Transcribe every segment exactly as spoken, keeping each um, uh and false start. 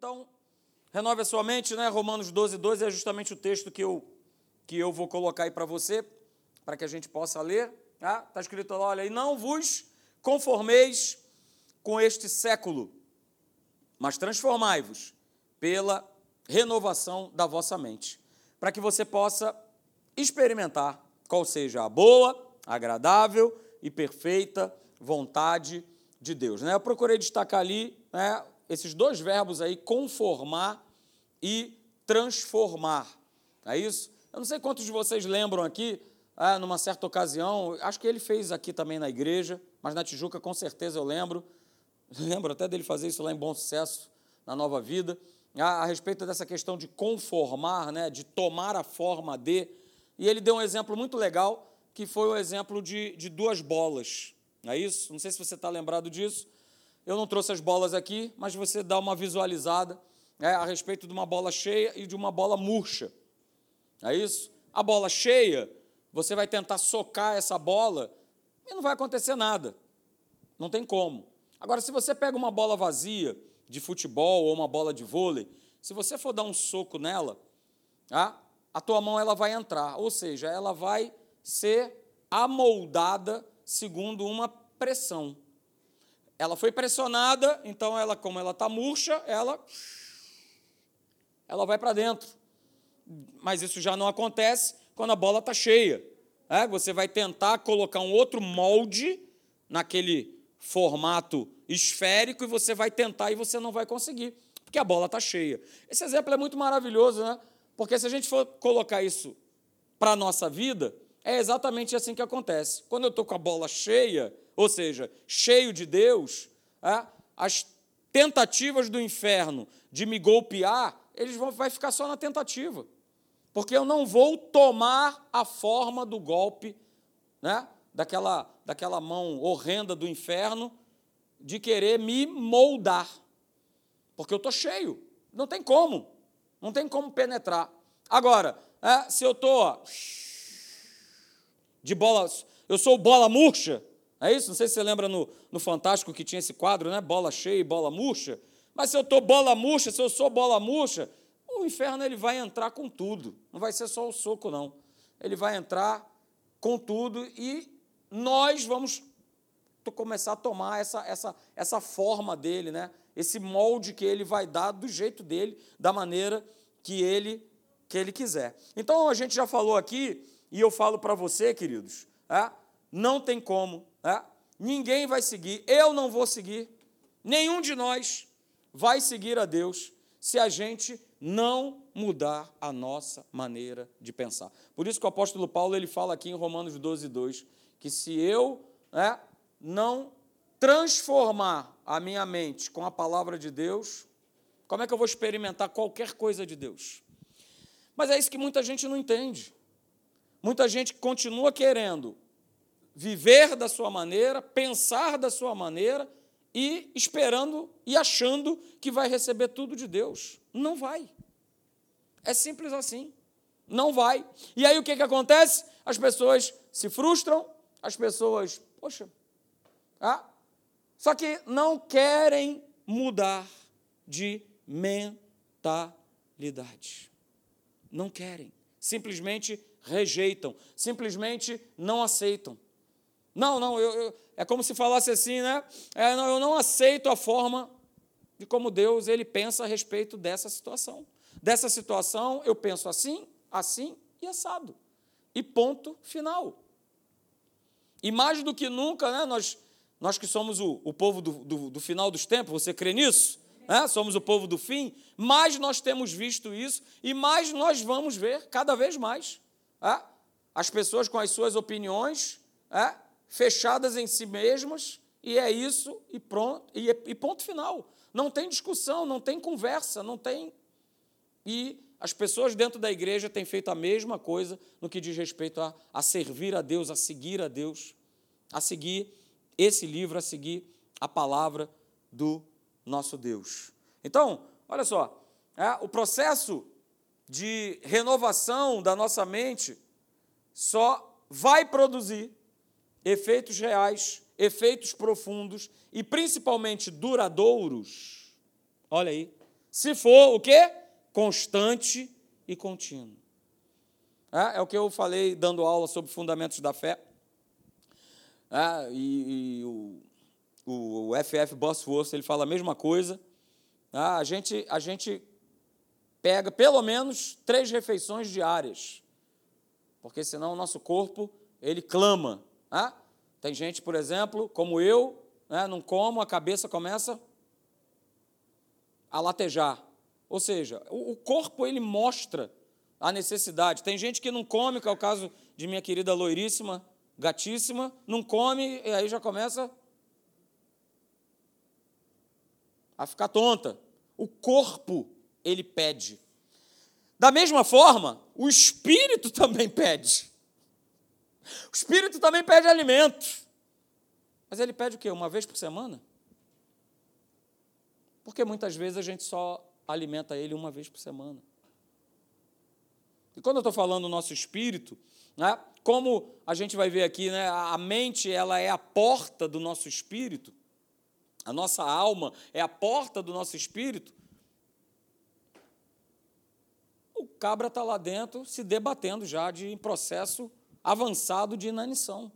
Então, renove a sua mente, né? Romanos doze, doze é justamente o texto que eu, que eu vou colocar aí para você, para que a gente possa ler. Está tá escrito lá, olha, e não vos conformeis com este século, mas transformai-vos pela renovação da vossa mente, para que você possa experimentar qual seja a boa, agradável e perfeita vontade de Deus. Né? Eu procurei destacar ali, né, esses dois verbos aí, conformar e transformar. É isso? Eu não sei quantos de vocês lembram aqui, ah, numa certa ocasião, acho que ele fez aqui também na igreja, mas na Tijuca com certeza eu lembro, lembro até dele fazer isso lá em Bom Sucesso, na Nova Vida, a, a respeito dessa questão de conformar, né, de tomar a forma de, e ele deu um exemplo muito legal, que foi o exemplo de, de duas bolas, não é isso? Não sei se você está lembrado disso, eu não trouxe as bolas aqui, mas você dá uma visualizada, né, a respeito de uma bola cheia e de uma bola murcha, é isso? A bola cheia, você vai tentar socar essa bola e não vai acontecer nada, não tem como. Agora, se você pega uma bola vazia de futebol ou uma bola de vôlei, se você for dar um soco nela, tá, a tua mão ela vai entrar, ou seja, ela vai ser amoldada segundo uma pressão. Ela foi pressionada, então, ela, como ela está murcha, ela, ela vai para dentro. Mas isso já não acontece quando a bola está cheia. É, você vai tentar colocar um outro molde naquele formato esférico e você vai tentar e você não vai conseguir, porque a bola está cheia. Esse exemplo é muito maravilhoso, né? Porque se a gente for colocar isso para a nossa vida, é exatamente assim que acontece. Quando eu estou com a bola cheia, ou seja, cheio de Deus, é, as tentativas do inferno de me golpear, eles vão vai ficar só na tentativa, porque eu não vou tomar a forma do golpe, né, daquela, daquela mão horrenda do inferno, de querer me moldar, porque eu estou cheio, não tem como, não tem como penetrar. Agora, é, se eu estou de bola, eu sou bola murcha, é isso? Não sei se você lembra no, no Fantástico que tinha esse quadro, né? Bola cheia e bola murcha. Mas se eu estou bola murcha, se eu sou bola murcha, o inferno ele vai entrar com tudo. Não vai ser só o soco, não. Ele vai entrar com tudo e nós vamos começar a tomar essa, essa, essa forma dele, né? Esse molde que ele vai dar do jeito dele, da maneira que ele, que ele quiser. Então, a gente já falou aqui, e eu falo para você, queridos, é? Não tem como, é? Ninguém vai seguir, eu não vou seguir, nenhum de nós vai seguir a Deus se a gente não mudar a nossa maneira de pensar. Por isso que o apóstolo Paulo ele fala aqui em Romanos doze, dois, que se eu é, não transformar a minha mente com a palavra de Deus, como é que eu vou experimentar qualquer coisa de Deus? Mas é isso que muita gente não entende. Muita gente continua querendo viver da sua maneira, pensar da sua maneira e esperando e achando que vai receber tudo de Deus. Não vai. É simples assim. Não vai. E aí o que, que acontece? As pessoas se frustram, as pessoas, poxa, ah, só que não querem mudar de mentalidade. Não querem. Simplesmente rejeitam, simplesmente não aceitam. Não, não, eu, eu, é como se falasse assim, né? É, não, eu não aceito a forma de como Deus ele pensa a respeito dessa situação. Dessa situação, eu penso assim, assim e assado. E ponto final. E mais do que nunca, né, nós, nós que somos o, o povo do, do, do final dos tempos, você crê nisso? É, somos o povo do fim, mais nós temos visto isso e mais nós vamos ver cada vez mais. É, as pessoas com as suas opiniões, é, fechadas em si mesmas, e é isso, e pronto, e, e ponto final. Não tem discussão, não tem conversa, não tem... E as pessoas dentro da igreja têm feito a mesma coisa no que diz respeito a, a servir a Deus, a seguir a Deus, a seguir esse livro, a seguir a palavra do nosso Deus. Então, olha só, é, o processo de renovação da nossa mente só vai produzir efeitos reais, efeitos profundos e principalmente duradouros, olha aí, se for o quê? Constante e contínuo. É, é o que eu falei dando aula sobre fundamentos da fé. É, e, e o, o F F Bosworth, ele fala a mesma coisa. É, a, gente, a gente pega pelo menos três refeições diárias, porque senão o nosso corpo, ele clama. É? Tem gente, por exemplo, como eu, né, não como, a cabeça começa a latejar. Ou seja, o, o corpo, ele mostra a necessidade. Tem gente que não come, que é o caso de minha querida loiríssima, gatíssima, não come e aí já começa a ficar tonta. O corpo, ele pede. Da mesma forma, o espírito também pede. O espírito também pede alimento. Mas ele pede o quê? Uma vez por semana? Porque muitas vezes a gente só alimenta ele uma vez por semana. E quando eu estou falando do nosso espírito, né, como a gente vai ver aqui, né, a mente ela é a porta do nosso espírito, a nossa alma é a porta do nosso espírito, o cabra está lá dentro se debatendo já de processo avançado de inanição.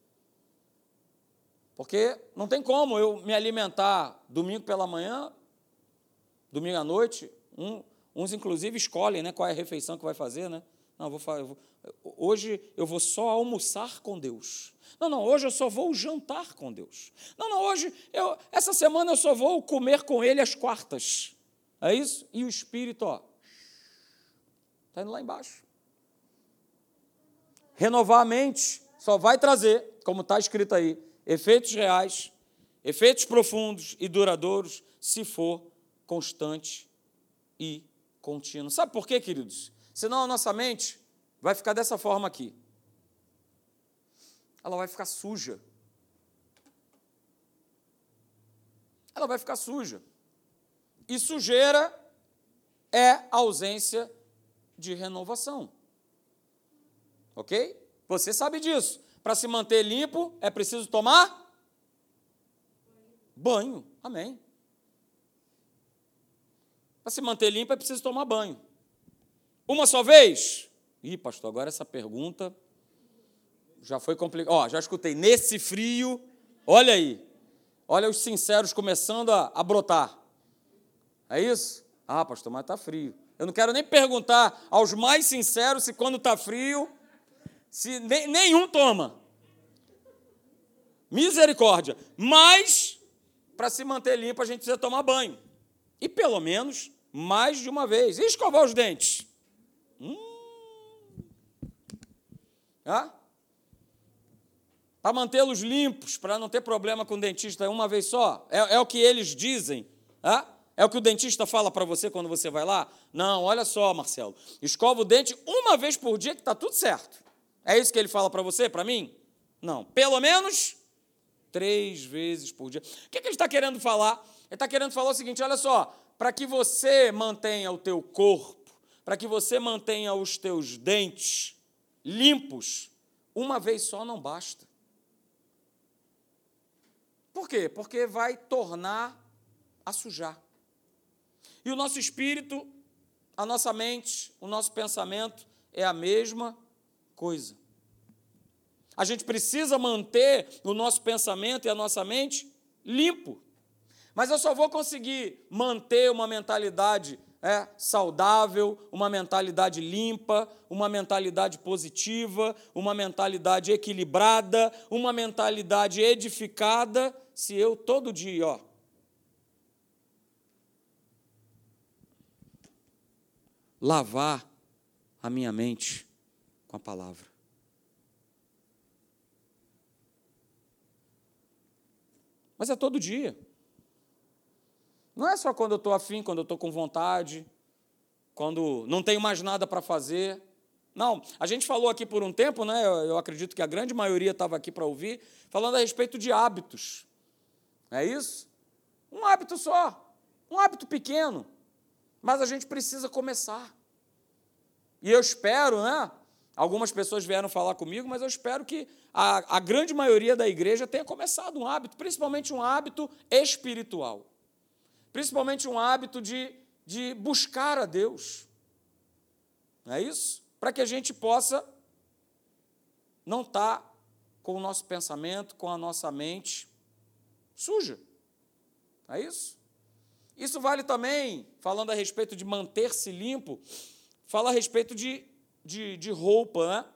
Porque não tem como eu me alimentar domingo pela manhã, domingo à noite, um, uns inclusive escolhem, né, qual é a refeição que vai fazer, né? Não, eu vou, eu vou, hoje eu vou só almoçar com Deus. Não, não, hoje eu só vou jantar com Deus. Não, não, hoje, eu, essa semana eu só vou comer com Ele às quartas. É isso? E o espírito, ó, está indo lá embaixo. Renovar a mente só vai trazer, como está escrito aí, efeitos reais, efeitos profundos e duradouros, se for constante e contínuo. Sabe por quê, queridos? Senão a nossa mente vai ficar dessa forma aqui. Ela vai ficar suja. Ela vai ficar suja. E sujeira é ausência de renovação. Ok? Você sabe disso. Para se manter limpo, é preciso tomar banho. Amém. Para se manter limpo, é preciso tomar banho. Uma só vez? Ih, pastor, agora essa pergunta já foi complicada. Ó, já escutei, nesse frio, olha aí. Olha os sinceros começando a, a brotar. É isso? Ah, pastor, mas está frio. Eu não quero nem perguntar aos mais sinceros se quando está frio, se nem, nenhum toma. Misericórdia. Mas, para se manter limpo, a gente precisa tomar banho. E pelo menos mais de uma vez. E escovar os dentes? Hum. Ah? Para mantê-los limpos, para não ter problema com o dentista uma vez só? É, é o que eles dizem. Ah? É o que o dentista fala para você quando você vai lá? Não, olha só, Marcelo, escova o dente uma vez por dia que está tudo certo. É isso que ele fala para você, para mim? Não, pelo menos três vezes por dia. O que, que ele está querendo falar? Ele está querendo falar o seguinte, olha só, para que você mantenha o teu corpo, para que você mantenha os teus dentes limpos, uma vez só não basta. Por quê? Porque vai tornar a sujar. E o nosso espírito, a nossa mente, o nosso pensamento é a mesma coisa. A gente precisa manter o nosso pensamento e a nossa mente limpo. Mas eu só vou conseguir manter uma mentalidade é, saudável, uma mentalidade limpa, uma mentalidade positiva, uma mentalidade equilibrada, uma mentalidade edificada, se eu todo dia, ó, lavar a minha mente com a palavra. Mas é todo dia. Não é só quando eu estou afim, quando eu estou com vontade, quando não tenho mais nada para fazer. Não, a gente falou aqui por um tempo, né? Eu, eu acredito que a grande maioria estava aqui para ouvir, falando a respeito de hábitos. É isso? Um hábito só, um hábito pequeno, mas a gente precisa começar. E eu espero, né? Algumas pessoas vieram falar comigo, mas eu espero que a, a grande maioria da igreja tenha começado um hábito, principalmente um hábito espiritual. Principalmente um hábito de de buscar a Deus. Não é isso? Para que a gente possa não estar com o nosso pensamento, com a nossa mente suja. Não é isso? Isso vale também, falando a respeito de manter-se limpo, fala a respeito de, de, de roupa, né?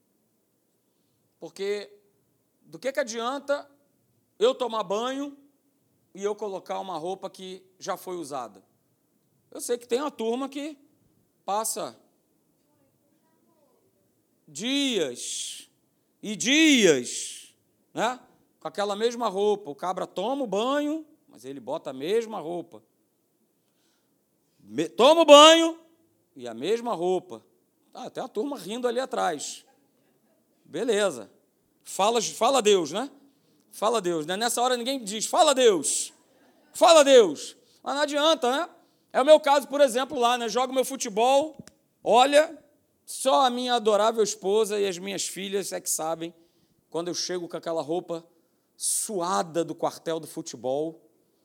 Porque do que, que adianta eu tomar banho e eu colocar uma roupa que já foi usada? Eu sei que tem uma turma que passa dias e dias, né, com aquela mesma roupa. O cabra toma o banho, mas ele bota a mesma roupa. Me, toma o banho e a mesma roupa. Ah, tem uma turma rindo ali atrás. Beleza. Fala, fala Deus, né? Fala Deus, né? Nessa hora ninguém diz, fala Deus. Fala Deus. Mas não adianta, né? É o meu caso, por exemplo, lá, né? Jogo meu futebol, olha, só a minha adorável esposa e as minhas filhas é que sabem, quando eu chego com aquela roupa suada do quartel do futebol,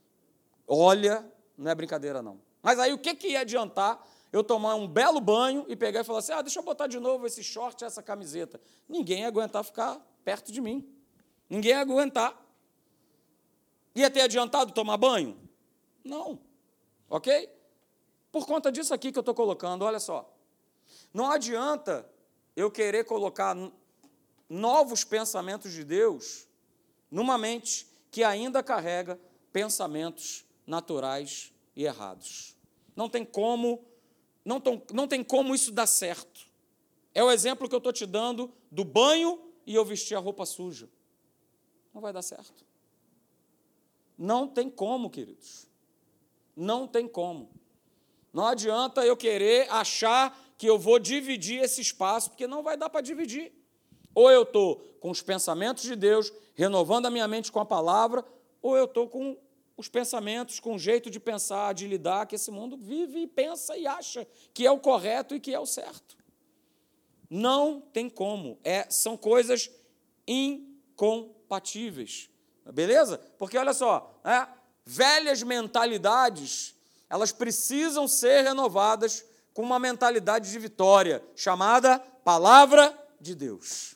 olha, não é brincadeira não. Mas aí o que, que ia adiantar eu tomar um belo banho e pegar e falar assim, ah, deixa eu botar de novo esse short e essa camiseta? Ninguém ia aguentar ficar perto de mim. Ninguém ia aguentar. Ia ter adiantado tomar banho? Não. Ok? Por conta disso aqui que eu estou colocando, olha só. Não adianta eu querer colocar novos pensamentos de Deus numa mente que ainda carrega pensamentos naturais e errados. Não tem como, não, tom, não tem como isso dar certo. É o exemplo que eu estou te dando do banho e eu vestir a roupa suja. Não vai dar certo. Não tem como, queridos. Não tem como. Não adianta eu querer achar que eu vou dividir esse espaço, porque não vai dar para dividir. Ou eu estou com os pensamentos de Deus, renovando a minha mente com a palavra, ou eu estou com os pensamentos, com o jeito de pensar, de lidar, que esse mundo vive e pensa e acha que é o correto e que é o certo. Não tem como. É, são coisas incompatíveis. Beleza? Porque, olha só, é, velhas mentalidades, elas precisam ser renovadas com uma mentalidade de vitória, chamada Palavra de Deus.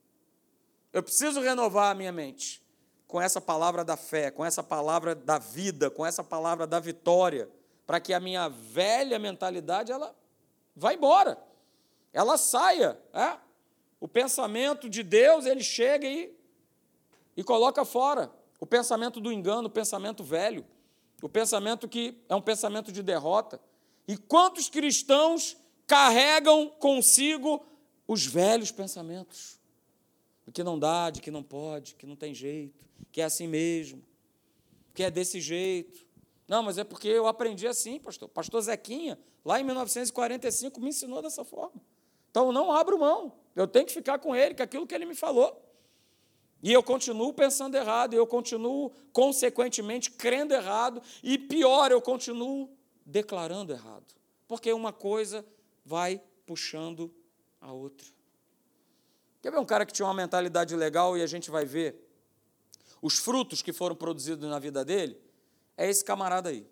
Eu preciso renovar a minha mente com essa palavra da fé, com essa palavra da vida, com essa palavra da vitória, para que a minha velha mentalidade ela vá embora, ela saia. É? O pensamento de Deus, ele chega e, e coloca fora o pensamento do engano, o pensamento velho, o pensamento que é um pensamento de derrota. E quantos cristãos carregam consigo os velhos pensamentos? De que não dá, de que não pode, que não tem jeito, que é assim mesmo, que é desse jeito. Não, mas é porque eu aprendi assim, pastor. Pastor Zequinha, lá em mil novecentos e quarenta e cinco, me ensinou dessa forma. Então, não abro mão. Eu tenho que ficar com ele, com aquilo que ele me falou. E eu continuo pensando errado, e eu continuo, consequentemente, crendo errado, e pior, eu continuo declarando errado. Porque uma coisa vai puxando a outra. Quer ver um cara que tinha uma mentalidade legal e a gente vai ver os frutos que foram produzidos na vida dele? É esse camarada aí.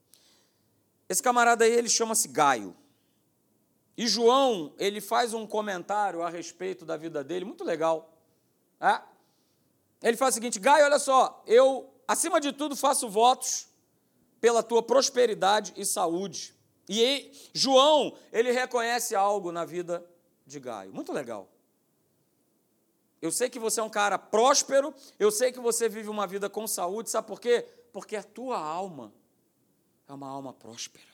Esse camarada aí, ele chama-se Gaio. E João, ele faz um comentário a respeito da vida dele, muito legal. É? Ele faz o seguinte, Gaio, olha só, eu, acima de tudo, faço votos pela tua prosperidade e saúde. E aí, João, ele reconhece algo na vida de Gaio. Muito legal. Eu sei que você é um cara próspero, eu sei que você vive uma vida com saúde, sabe por quê? Porque a tua alma é uma alma próspera.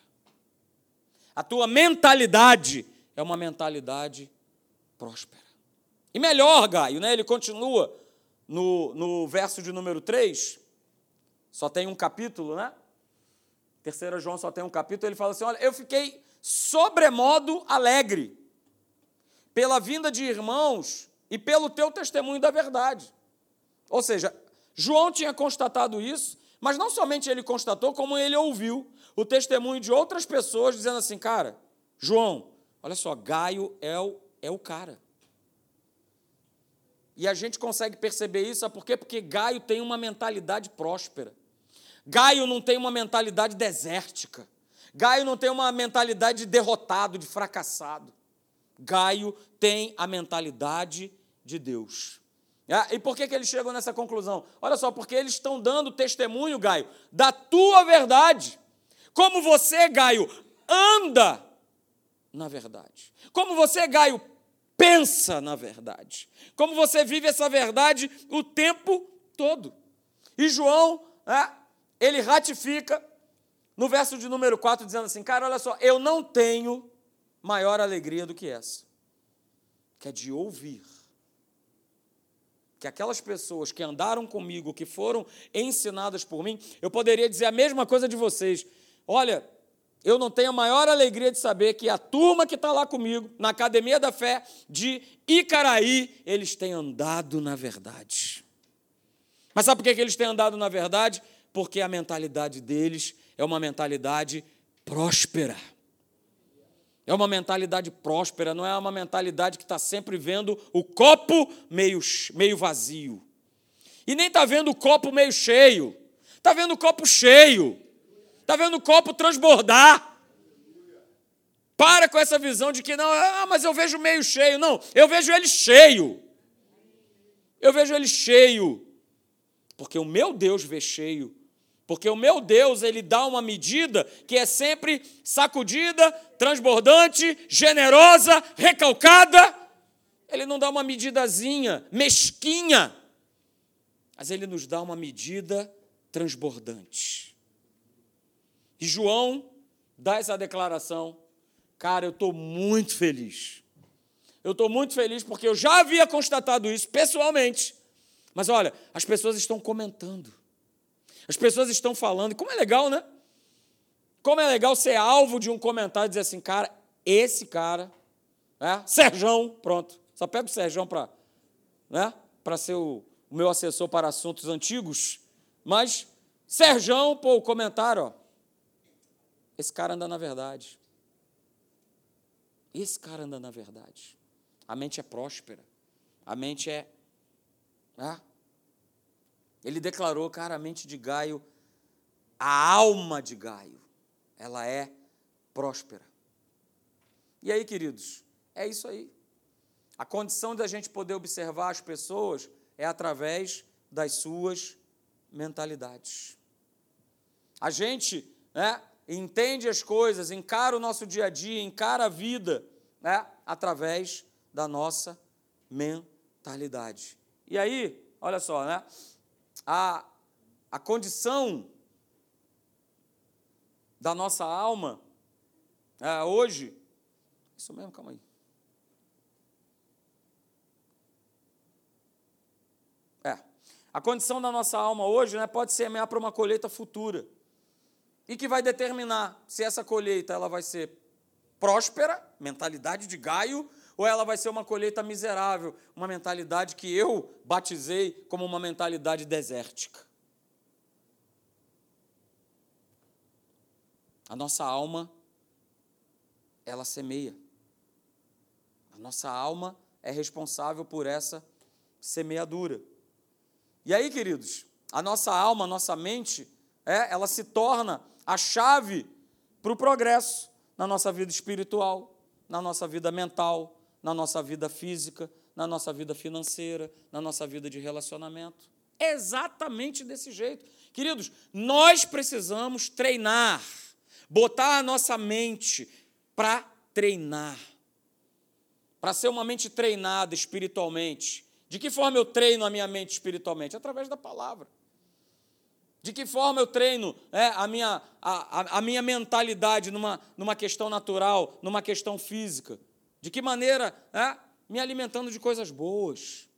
A tua mentalidade é uma mentalidade próspera. E melhor, Gaio, né? Ele continua no, no verso de número três, só tem um capítulo, né? Terceira João só tem um capítulo, ele fala assim, olha, eu fiquei sobremodo alegre pela vinda de irmãos e pelo teu testemunho da verdade. Ou seja, João tinha constatado isso, mas não somente ele constatou, como ele ouviu o testemunho de outras pessoas dizendo assim, cara, João, olha só, Gaio é o, é o cara. E a gente consegue perceber isso, sabe por quê? Porque Gaio tem uma mentalidade próspera. Gaio não tem uma mentalidade desértica. Gaio não tem uma mentalidade de derrotado, de fracassado. Gaio tem a mentalidade de Deus. É, e por que, que eles chegam nessa conclusão? Olha só, porque eles estão dando testemunho, Gaio, da tua verdade. Como você, Gaio, anda na verdade. Como você, Gaio, pensa na verdade. Como você vive essa verdade o tempo todo. E João, é, ele ratifica no verso de número quatro, dizendo assim, cara, olha só, eu não tenho maior alegria do que essa, que é de ouvir que aquelas pessoas que andaram comigo, que foram ensinadas por mim, eu poderia dizer a mesma coisa de vocês. Olha, eu não tenho a maior alegria de saber que a turma que está lá comigo, na Academia da Fé de Icaraí, eles têm andado na verdade. Mas sabe por que eles têm andado na verdade? Porque a mentalidade deles é uma mentalidade próspera. É uma mentalidade próspera, não é uma mentalidade que está sempre vendo o copo meio, meio vazio. E nem está vendo o copo meio cheio. Está vendo o copo cheio. Está vendo o copo transbordar. Para com essa visão de que, não, ah, mas eu vejo meio cheio. Não, eu vejo ele cheio. Eu vejo ele cheio. Porque o meu Deus vê cheio. Porque o meu Deus, ele dá uma medida que é sempre sacudida, transbordante, generosa, recalcada. Ele não dá uma medidazinha, mesquinha, mas ele nos dá uma medida transbordante. E João dá essa declaração, cara, eu estou muito feliz. Eu estou muito feliz porque eu já havia constatado isso pessoalmente. Mas olha, as pessoas estão comentando. As pessoas estão falando, como é legal, né? Como é legal ser alvo de um comentário e dizer assim, cara, esse cara, né? Serjão, pronto, só pega o Serjão para, né? Para ser o, o meu assessor para assuntos antigos, mas Serjão, pô, o comentário, ó, esse cara anda na verdade. Esse cara anda na verdade. A mente é próspera, a mente é... Né? Ele declarou, cara, a mente de Gaio, a alma de Gaio, ela é próspera. E aí, queridos, é isso aí. A condição da gente poder observar as pessoas é através das suas mentalidades. A gente, né, entende as coisas, encara o nosso dia a dia, encara a vida, né, através da nossa mentalidade. E aí, olha só, né? A, a condição da nossa alma é, hoje, isso mesmo, calma aí. É, a condição da nossa alma hoje, né, pode semear para uma colheita futura e que vai determinar se essa colheita ela vai ser próspera, mentalidade de Gaio, ou ela vai ser uma colheita miserável, uma mentalidade que eu batizei como uma mentalidade desértica. A nossa alma, ela semeia. A nossa alma é responsável por essa semeadura. E aí, queridos, a nossa alma, a nossa mente, é, ela se torna a chave para o progresso na nossa vida espiritual, na nossa vida mental, na nossa vida física, na nossa vida financeira, na nossa vida de relacionamento. Exatamente desse jeito. Queridos, nós precisamos treinar, botar a nossa mente para treinar, para ser uma mente treinada espiritualmente. De que forma eu treino a minha mente espiritualmente? Através da palavra. De que forma eu treino é, a, minha, a, a minha mentalidade numa, numa questão natural, numa questão física? De que maneira? É, me alimentando de coisas boas.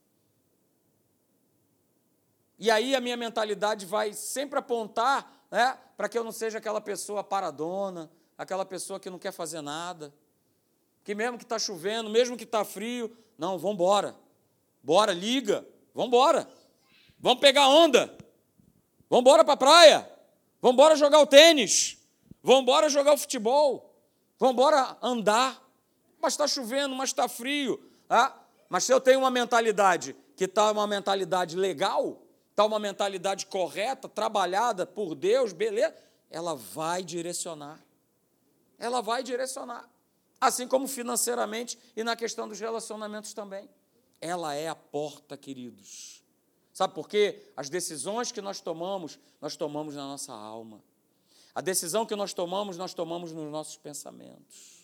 E aí a minha mentalidade vai sempre apontar, é, para que eu não seja aquela pessoa paradona, aquela pessoa que não quer fazer nada, que mesmo que está chovendo, mesmo que está frio, não, vamos embora. Bora, liga, vamos embora. Vamos pegar onda. Vamos embora para a praia. Vamos embora jogar o tênis. Vamos embora jogar o futebol. Vamos embora andar. Mas está chovendo, mas está frio. Ah, mas se eu tenho uma mentalidade que está uma mentalidade legal, está uma mentalidade correta, trabalhada por Deus, beleza, ela vai direcionar. ela vai direcionar. Assim como financeiramente e na questão dos relacionamentos também. Ela é a porta, queridos. Sabe por quê? As decisões que nós tomamos, nós tomamos na nossa alma. A decisão que nós tomamos, nós tomamos nos nossos pensamentos.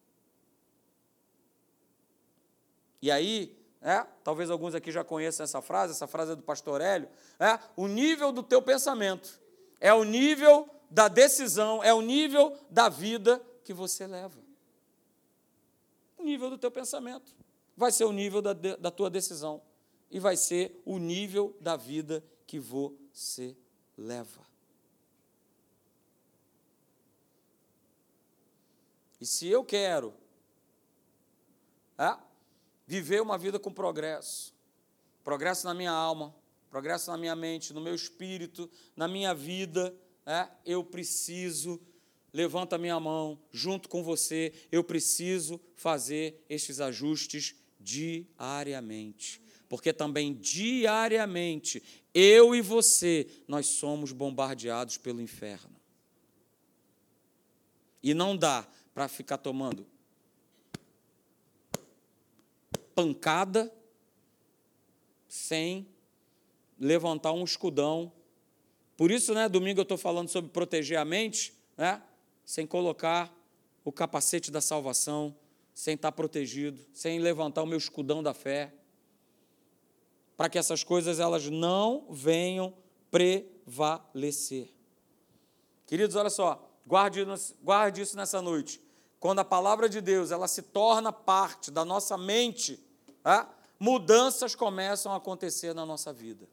E aí, é, talvez alguns aqui já conheçam essa frase, essa frase é do pastor Hélio, é, o nível do teu pensamento é o nível da decisão, é o nível da vida que você leva. O nível do teu pensamento vai ser o nível da, da tua decisão e vai ser o nível da vida que você leva. E se eu quero é, viver uma vida com progresso, progresso na minha alma, progresso na minha mente, no meu espírito, na minha vida, é, eu preciso, levanta a minha mão, junto com você, eu preciso fazer estes ajustes diariamente. Porque também diariamente, eu e você, nós somos bombardeados pelo inferno. E não dá para ficar tomando pancada sem levantar um escudão. Por isso, né, domingo eu estou falando sobre proteger a mente, né, sem colocar o capacete da salvação, sem estar protegido, sem levantar o meu escudão da fé, para que essas coisas elas não venham prevalecer. Queridos, olha só, guarde, guarde isso nessa noite. Quando a palavra de Deus ela se torna parte da nossa mente, é, mudanças começam a acontecer na nossa vida.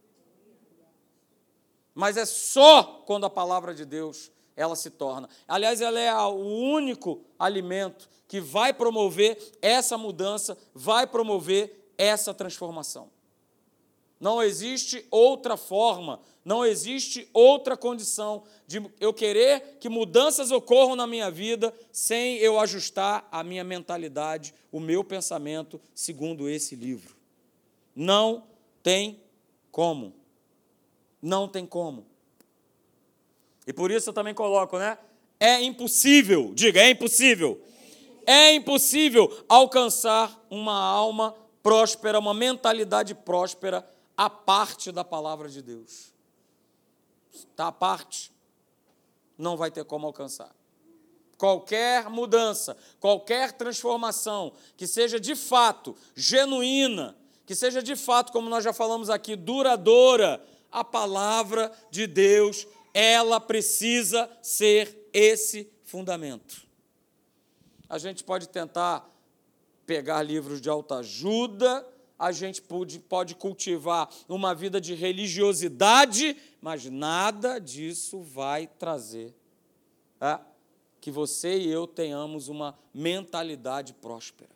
Mas é só quando a palavra de Deus ela se torna. Aliás, ela é o único alimento que vai promover essa mudança, vai promover essa transformação. Não existe outra forma, não existe outra condição de eu querer que mudanças ocorram na minha vida sem eu ajustar a minha mentalidade, o meu pensamento, segundo esse livro. Não tem como. Não tem como. E por isso eu também coloco, né? É impossível, diga, é impossível. É impossível alcançar uma alma próspera, uma mentalidade próspera, a parte da palavra de Deus. Está à parte, não vai ter como alcançar. Qualquer mudança, qualquer transformação, que seja de fato genuína, que seja de fato, como nós já falamos aqui, duradoura, a palavra de Deus, ela precisa ser esse fundamento. A gente pode tentar pegar livros de autoajuda, a gente pode, pode cultivar uma vida de religiosidade, mas nada disso vai trazer é, que você e eu tenhamos uma mentalidade próspera.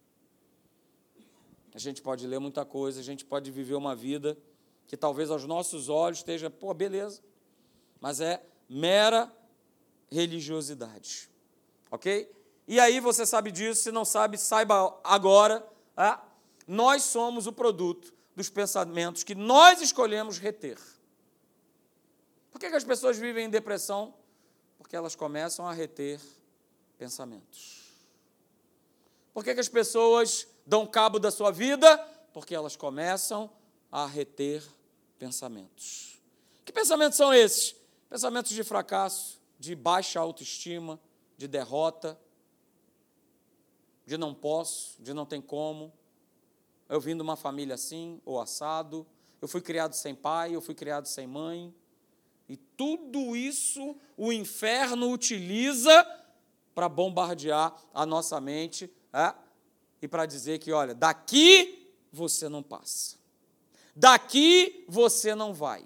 A gente pode ler muita coisa, a gente pode viver uma vida que talvez aos nossos olhos esteja, pô, beleza, mas é mera religiosidade, ok? E aí você sabe disso, se não sabe, saiba agora, é, nós somos o produto dos pensamentos que nós escolhemos reter. Por que que as pessoas vivem em depressão? Porque elas começam a reter pensamentos. Por que que as pessoas dão cabo da sua vida? Porque elas começam a reter pensamentos. Que pensamentos são esses? Pensamentos de fracasso, de baixa autoestima, de derrota, de não posso, de não tem como. Eu vim de uma família assim, ou assado, eu fui criado sem pai, eu fui criado sem mãe. E tudo isso o inferno utiliza para bombardear a nossa mente, é? E para dizer que, olha, daqui você não passa. Daqui você não vai.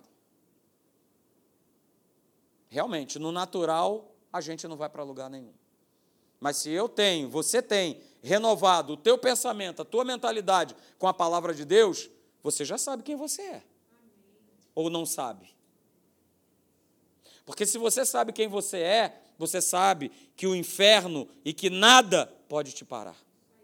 Realmente, no natural, a gente não vai para lugar nenhum. Mas se eu tenho, você tem, renovado o teu pensamento, a tua mentalidade com a palavra de Deus, você já sabe quem você é. Ou não sabe? Porque se você sabe quem você é, você sabe que o inferno e que nada pode te parar.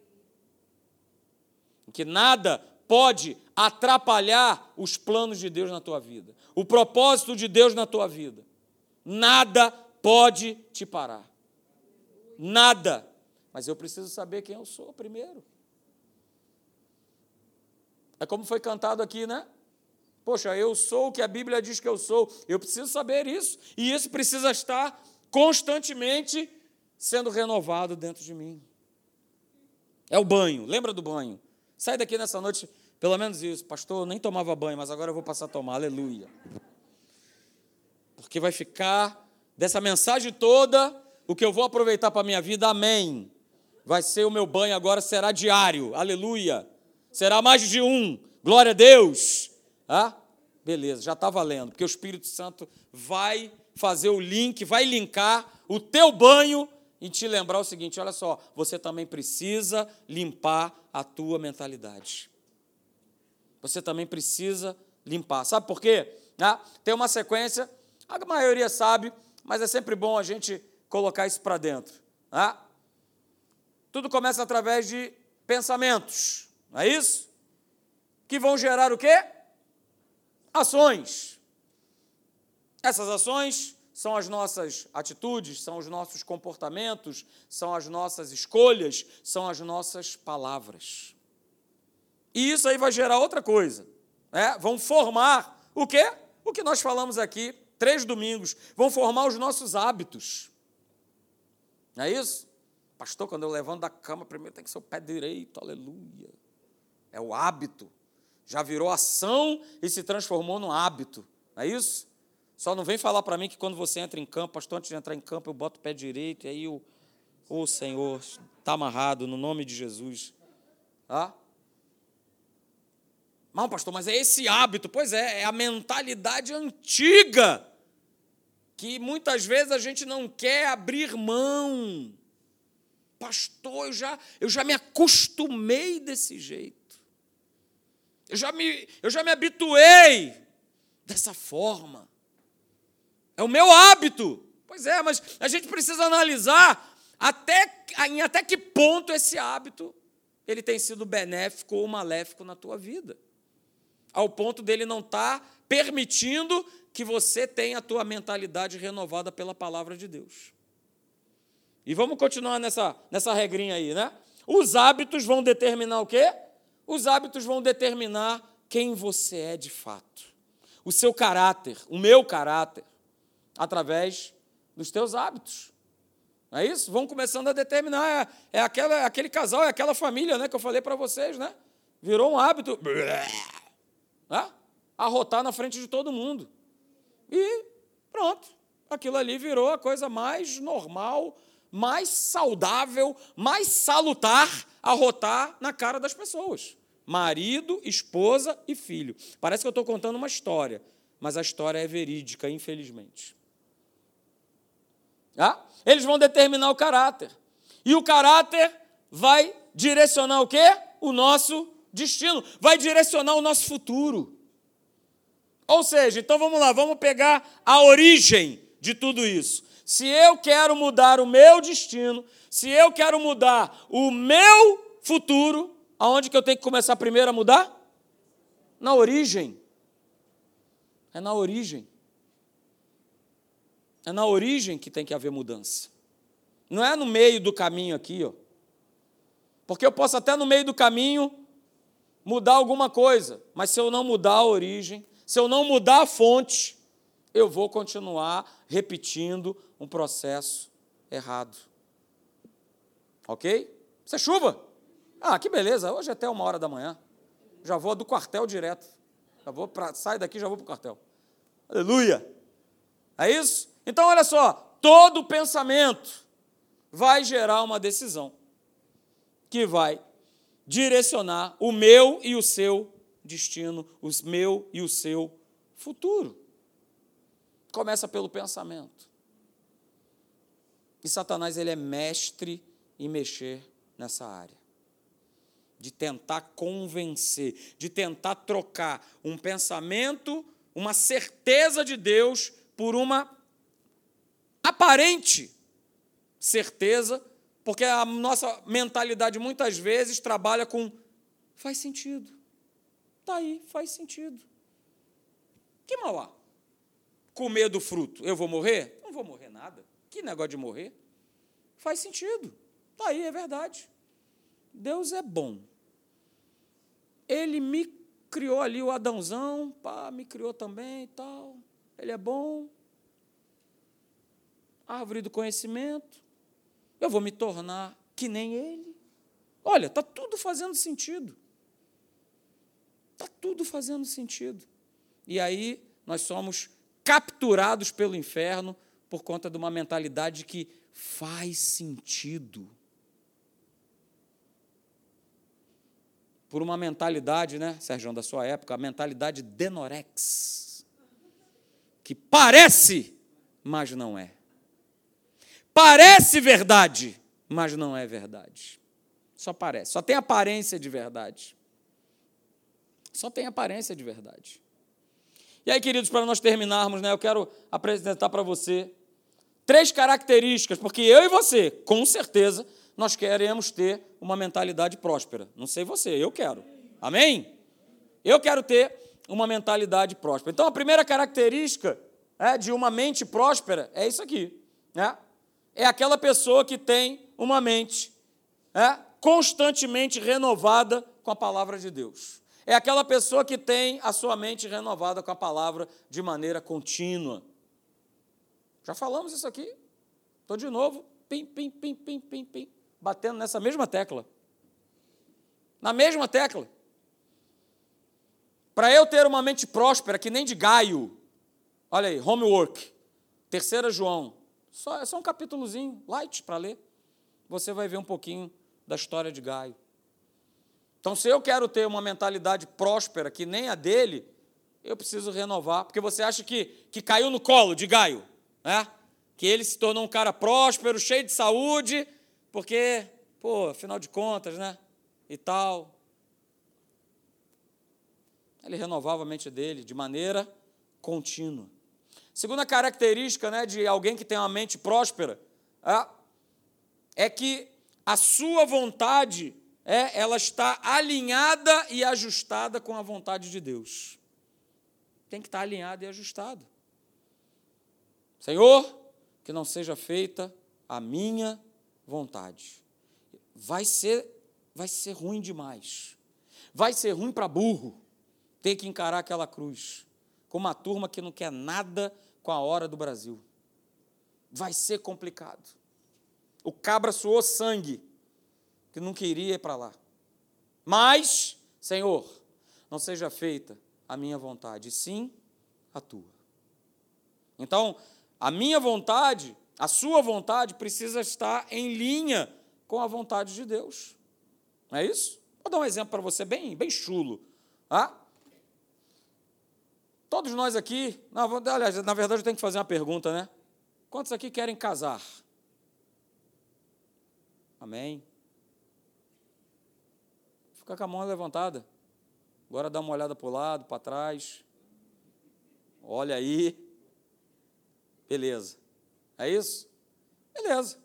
Que nada pode atrapalhar os planos de Deus na tua vida. O propósito de Deus na tua vida. Nada pode te parar. nada. Mas eu preciso saber quem eu sou primeiro. É como foi cantado aqui, né? Poxa, eu sou o que a Bíblia diz que eu sou. Eu preciso saber isso. E isso precisa estar constantemente sendo renovado dentro de mim. É o banho. Lembra do banho? Sai daqui nessa noite, pelo menos isso. Pastor, eu nem tomava banho, mas agora eu vou passar a tomar. Aleluia. Porque vai ficar dessa mensagem toda o que eu vou aproveitar para a minha vida. Amém. Vai ser o meu banho agora, será diário. Aleluia. Será mais de um. Glória a Deus. Ah, beleza, já está valendo, porque o Espírito Santo vai fazer o link, vai linkar o teu banho e te lembrar o seguinte, olha só, você também precisa limpar a tua mentalidade. Você também precisa limpar. Sabe por quê? Ah, tem uma sequência, a maioria sabe, mas é sempre bom a gente colocar isso para dentro. Ah, tudo começa através de pensamentos, não é isso? Que vão gerar o quê? Ações. Essas ações são as nossas atitudes, são os nossos comportamentos, são as nossas escolhas, são as nossas palavras. E isso aí vai gerar outra coisa, né? Vão formar o quê? O que nós falamos aqui, três domingos, vão formar os nossos hábitos. Não é isso? Pastor, quando eu levanto da cama, primeiro tem que ser o pé direito, aleluia. É o hábito. Já virou ação e se transformou num hábito, não é isso? Só não vem falar para mim que quando você entra em campo, pastor, antes de entrar em campo, eu boto o pé direito, e aí o, o Senhor está amarrado, no nome de Jesus. Ah? Não, pastor, mas é esse hábito, pois é, é a mentalidade antiga, que muitas vezes a gente não quer abrir mão. Pastor, eu já, eu já me acostumei desse jeito. Eu já, me, eu já me habituei dessa forma. É o meu hábito. Pois é, mas a gente precisa analisar até, em até que ponto esse hábito ele tem sido benéfico ou maléfico na tua vida. Ao ponto dele não estar permitindo que você tenha a tua mentalidade renovada pela palavra de Deus. E vamos continuar nessa, nessa regrinha aí, né? Os hábitos vão determinar o quê? Os hábitos vão determinar quem você é de fato. O seu caráter, o meu caráter, através dos teus hábitos. Não é isso? Vão começando a determinar. É, é, aquela, é aquele casal, é aquela família, né, que eu falei para vocês, né? Virou um hábito. Né? Arrotar na frente de todo mundo. E pronto. Aquilo ali virou a coisa mais normal, mais saudável, mais salutar, arrotar na cara das pessoas. Marido, esposa e filho. Parece que eu estou contando uma história, mas a história é verídica, infelizmente. Ah? Eles vão determinar o caráter. E o caráter vai direcionar o quê? O nosso destino. Vai direcionar o nosso futuro. Ou seja, então vamos lá, vamos pegar a origem de tudo isso. Se eu quero mudar o meu destino, se eu quero mudar o meu futuro, aonde que eu tenho que começar primeiro a mudar? Na origem. É na origem. É na origem que tem que haver mudança. Não é no meio do caminho aqui, ó. Porque eu posso até no meio do caminho mudar alguma coisa, mas se eu não mudar a origem, se eu não mudar a fonte, eu vou continuar repetindo um processo errado. Ok? Isso é chuva? Ah, que beleza, hoje é até uma hora da manhã. Já vou do quartel direto. Já vou pra, saio daqui e já vou para o quartel. Aleluia! É isso? Então, olha só, todo pensamento vai gerar uma decisão que vai direcionar o meu e o seu destino, o meu e o seu futuro. Começa pelo pensamento. E Satanás, ele é mestre em mexer nessa área. De tentar convencer, de tentar trocar um pensamento, uma certeza de Deus por uma aparente certeza, porque a nossa mentalidade muitas vezes trabalha com faz sentido. Está aí, faz sentido. Que mal há? Comer do fruto, eu vou morrer? Não vou morrer nada. Que negócio de morrer? Faz sentido. Está aí, é verdade. Deus é bom. Ele me criou ali, o Adãozão, pá, me criou também e tal. Ele é bom. Árvore do conhecimento. Eu vou me tornar que nem ele. Olha, está tudo fazendo sentido. Está tudo fazendo sentido. E aí nós somos capturados pelo inferno por conta de uma mentalidade que faz sentido. Por uma mentalidade, né, Sérgio, da sua época, a mentalidade denorex, que parece, mas não é. Parece verdade, mas não é verdade. Só parece, só tem aparência de verdade. Só tem aparência de verdade. E aí, queridos, para nós terminarmos, né, eu quero apresentar para você três características, porque eu e você, com certeza, nós queremos ter uma mentalidade próspera. Não sei você, eu quero. Amém? Eu quero ter uma mentalidade próspera. Então, a primeira característica é, de uma mente próspera é isso aqui. Né? É aquela pessoa que tem uma mente é, constantemente renovada com a palavra de Deus. É aquela pessoa que tem a sua mente renovada com a palavra de maneira contínua. Já falamos isso aqui. Estou de novo, pim, pim, pim, pim, pim, pim, batendo nessa mesma tecla. Na mesma tecla. Para eu ter uma mente próspera, que nem de Gaio. Olha aí, homework. Terceira João. Só, é só um capítulozinho, light para ler. Você vai ver um pouquinho da história de Gaio. Então, se eu quero ter uma mentalidade próspera, que nem a dele, eu preciso renovar. Porque você acha que, que caiu no colo de Gaio, né? Que ele se tornou um cara próspero, cheio de saúde, porque, pô, afinal de contas, né? E tal. Ele renovava a mente dele de maneira contínua. Segunda característica, né, de alguém que tem uma mente próspera é, é que a sua vontade é, ela está alinhada e ajustada com a vontade de Deus. Tem que estar alinhado e ajustado. Senhor, que não seja feita a minha vontade. Vai ser, vai ser ruim demais. Vai ser ruim para burro ter que encarar aquela cruz com uma turma que não quer nada com a hora do Brasil. Vai ser complicado. O cabra suou sangue, que não queria ir para lá. Mas, Senhor, não seja feita a minha vontade, sim a tua. Então, a minha vontade, a sua vontade, precisa estar em linha com a vontade de Deus. Não é isso? Vou dar um exemplo para você bem, bem chulo. Ah? Todos nós aqui, não, aliás, na verdade eu tenho que fazer uma pergunta, né? Quantos aqui querem casar? Amém? Fica com a mão levantada. Agora dá uma olhada para o lado, para trás. Olha aí. Beleza. É isso? Beleza.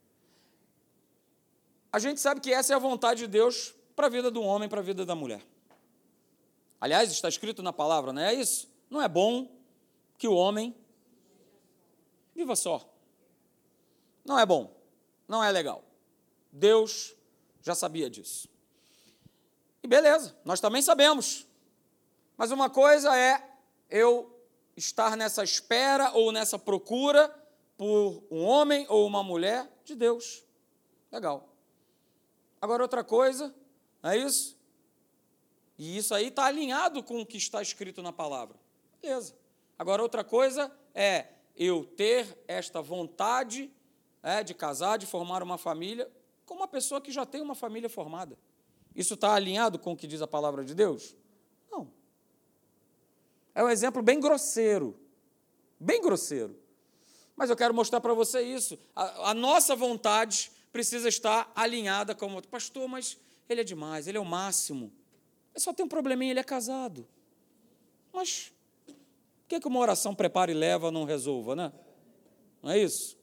A gente sabe que essa é a vontade de Deus para a vida do homem, para a vida da mulher. Aliás, está escrito na palavra, não é isso? Não é bom que o homem viva só. Não é bom. Não é legal. Deus já sabia disso. E beleza, nós também sabemos. Mas uma coisa é eu estar nessa espera ou nessa procura por um homem ou uma mulher de Deus. Legal. Agora, outra coisa, não é isso? E isso aí está alinhado com o que está escrito na palavra. Beleza. Agora, outra coisa é eu ter esta vontade é, de casar, de formar uma família, com uma pessoa que já tem uma família formada. Isso está alinhado com o que diz a palavra de Deus? Não. É um exemplo bem grosseiro. Bem grosseiro. Mas eu quero mostrar para você isso. A, a nossa vontade precisa estar alinhada com o outro. Pastor, mas ele é demais, ele é o máximo. Ele só tem um probleminha, ele é casado. Mas o que, é que uma oração prepara e leva não resolva, né? Não é isso?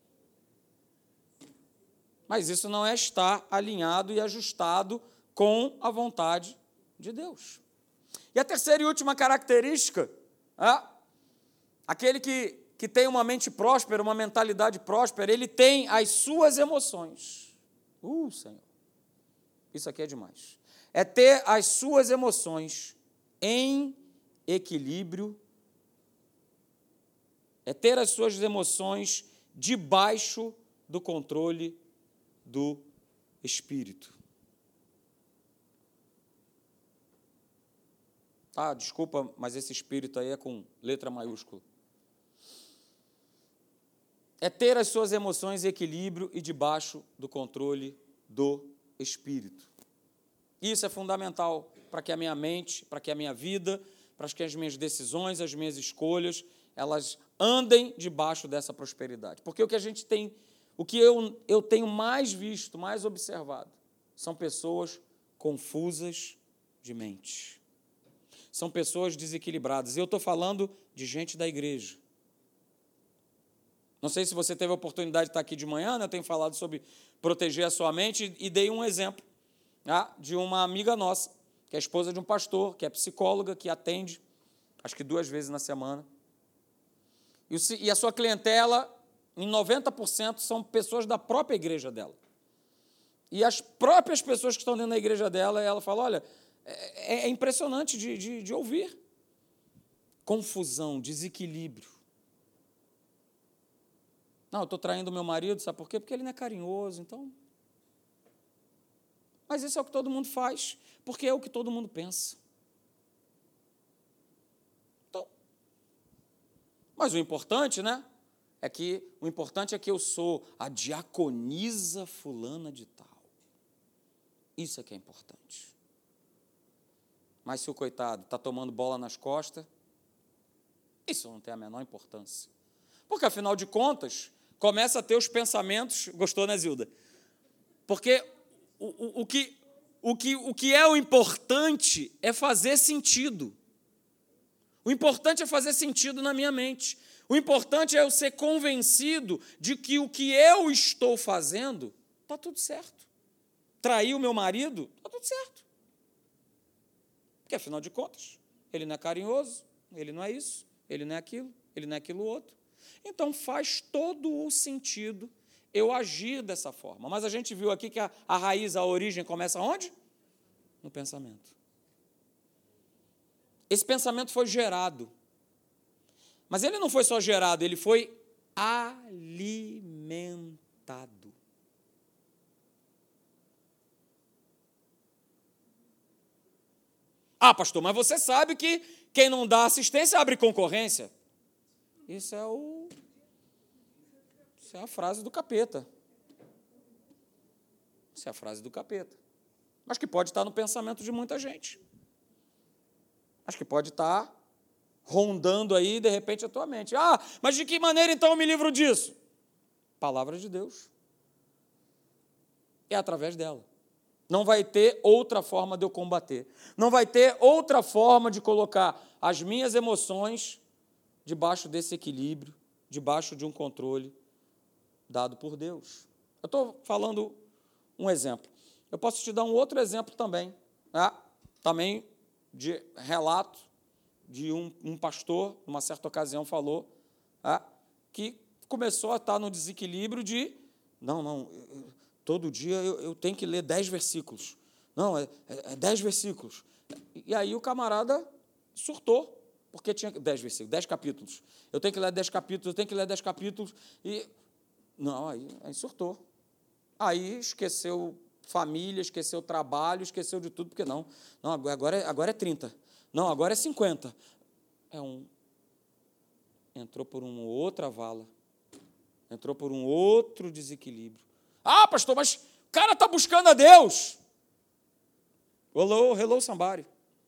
Mas isso não é estar alinhado e ajustado com a vontade de Deus. E a terceira e última característica é aquele que que tem uma mente próspera, uma mentalidade próspera, ele tem as suas emoções. Uh, Senhor, isso aqui é demais. É ter as suas emoções em equilíbrio, é ter as suas emoções debaixo do controle do Espírito. Ah, desculpa, mas esse Espírito aí é com letra maiúscula. É ter as suas emoções em equilíbrio e debaixo do controle do Espírito. Isso é fundamental para que a minha mente, para que a minha vida, para que as minhas decisões, as minhas escolhas, elas andem debaixo dessa prosperidade. Porque o que a gente tem, o que eu, eu tenho mais visto, mais observado, são pessoas confusas de mente. São pessoas desequilibradas. E eu estou falando de gente da igreja. Não sei se você teve a oportunidade de estar aqui de manhã, né? Eu tenho falado sobre proteger a sua mente e dei um exemplo, tá? De uma amiga nossa, que é esposa de um pastor, que é psicóloga, que atende, acho que duas vezes na semana. E a sua clientela, em noventa por cento, são pessoas da própria igreja dela. E as próprias pessoas que estão dentro da igreja dela, ela fala, olha, é, é impressionante de, de, de ouvir. Confusão, desequilíbrio. Não, eu estou traindo meu marido, sabe por quê? Porque ele não é carinhoso, então... Mas isso é o que todo mundo faz, porque é o que todo mundo pensa. Então, mas o importante, né, é que o importante é que eu sou a diaconisa fulana de tal. Isso é que é importante. Mas se o coitado está tomando bola nas costas, isso não tem a menor importância. Porque, afinal de contas, começa a ter os pensamentos... Gostou, né, Zilda? Porque o, o, o, que, o, que, o que é o importante é fazer sentido. O importante é fazer sentido na minha mente. O importante é eu ser convencido de que o que eu estou fazendo está tudo certo. Trair o meu marido, está tudo certo. Porque, afinal de contas, ele não é carinhoso, ele não é isso, ele não é aquilo, ele não é aquilo outro. Então, faz todo o sentido eu agir dessa forma. Mas a gente viu aqui que a, a raiz, a origem, começa onde? No pensamento. Esse pensamento foi gerado. Mas ele não foi só gerado, ele foi alimentado. Ah, pastor, mas você sabe que quem não dá assistência abre concorrência. Isso é o... Isso é a frase do capeta. Isso é a frase do capeta. Mas que pode estar no pensamento de muita gente. Acho que pode estar rondando aí, de repente, a tua mente. Ah, mas de que maneira, então, eu me livro disso? Palavra de Deus. É através dela. Não vai ter outra forma de eu combater. Não vai ter outra forma de colocar as minhas emoções debaixo desse equilíbrio, debaixo de um controle dado por Deus. Eu estou falando um exemplo. Eu posso te dar um outro exemplo também, né? Também de relato de um, um pastor, numa certa ocasião, falou, né, que começou a estar no desequilíbrio de, não, não, eu, todo dia eu, eu tenho que ler dez versículos. Não, é, é, é dez versículos. E aí o camarada surtou, porque tinha dez versículos, dez capítulos. Eu tenho que ler dez capítulos, eu tenho que ler dez capítulos, e... Não, aí, aí surtou. Aí esqueceu família, esqueceu trabalho, esqueceu de tudo, porque não, não agora, é, agora é trinta. Não, agora é cinquenta. É um. Entrou por uma outra vala. Entrou por um outro desequilíbrio. Ah, pastor, mas o cara está buscando a Deus. Hello, hello, somebody.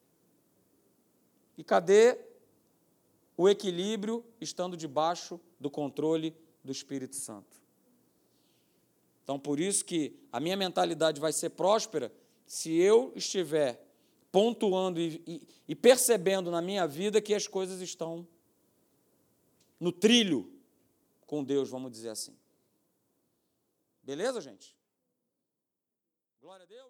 E cadê o equilíbrio estando debaixo do controle do Espírito Santo? Então, por isso que a minha mentalidade vai ser próspera se eu estiver pontuando e, e, e percebendo na minha vida que as coisas estão no trilho com Deus, vamos dizer assim. Beleza, gente? Glória a Deus.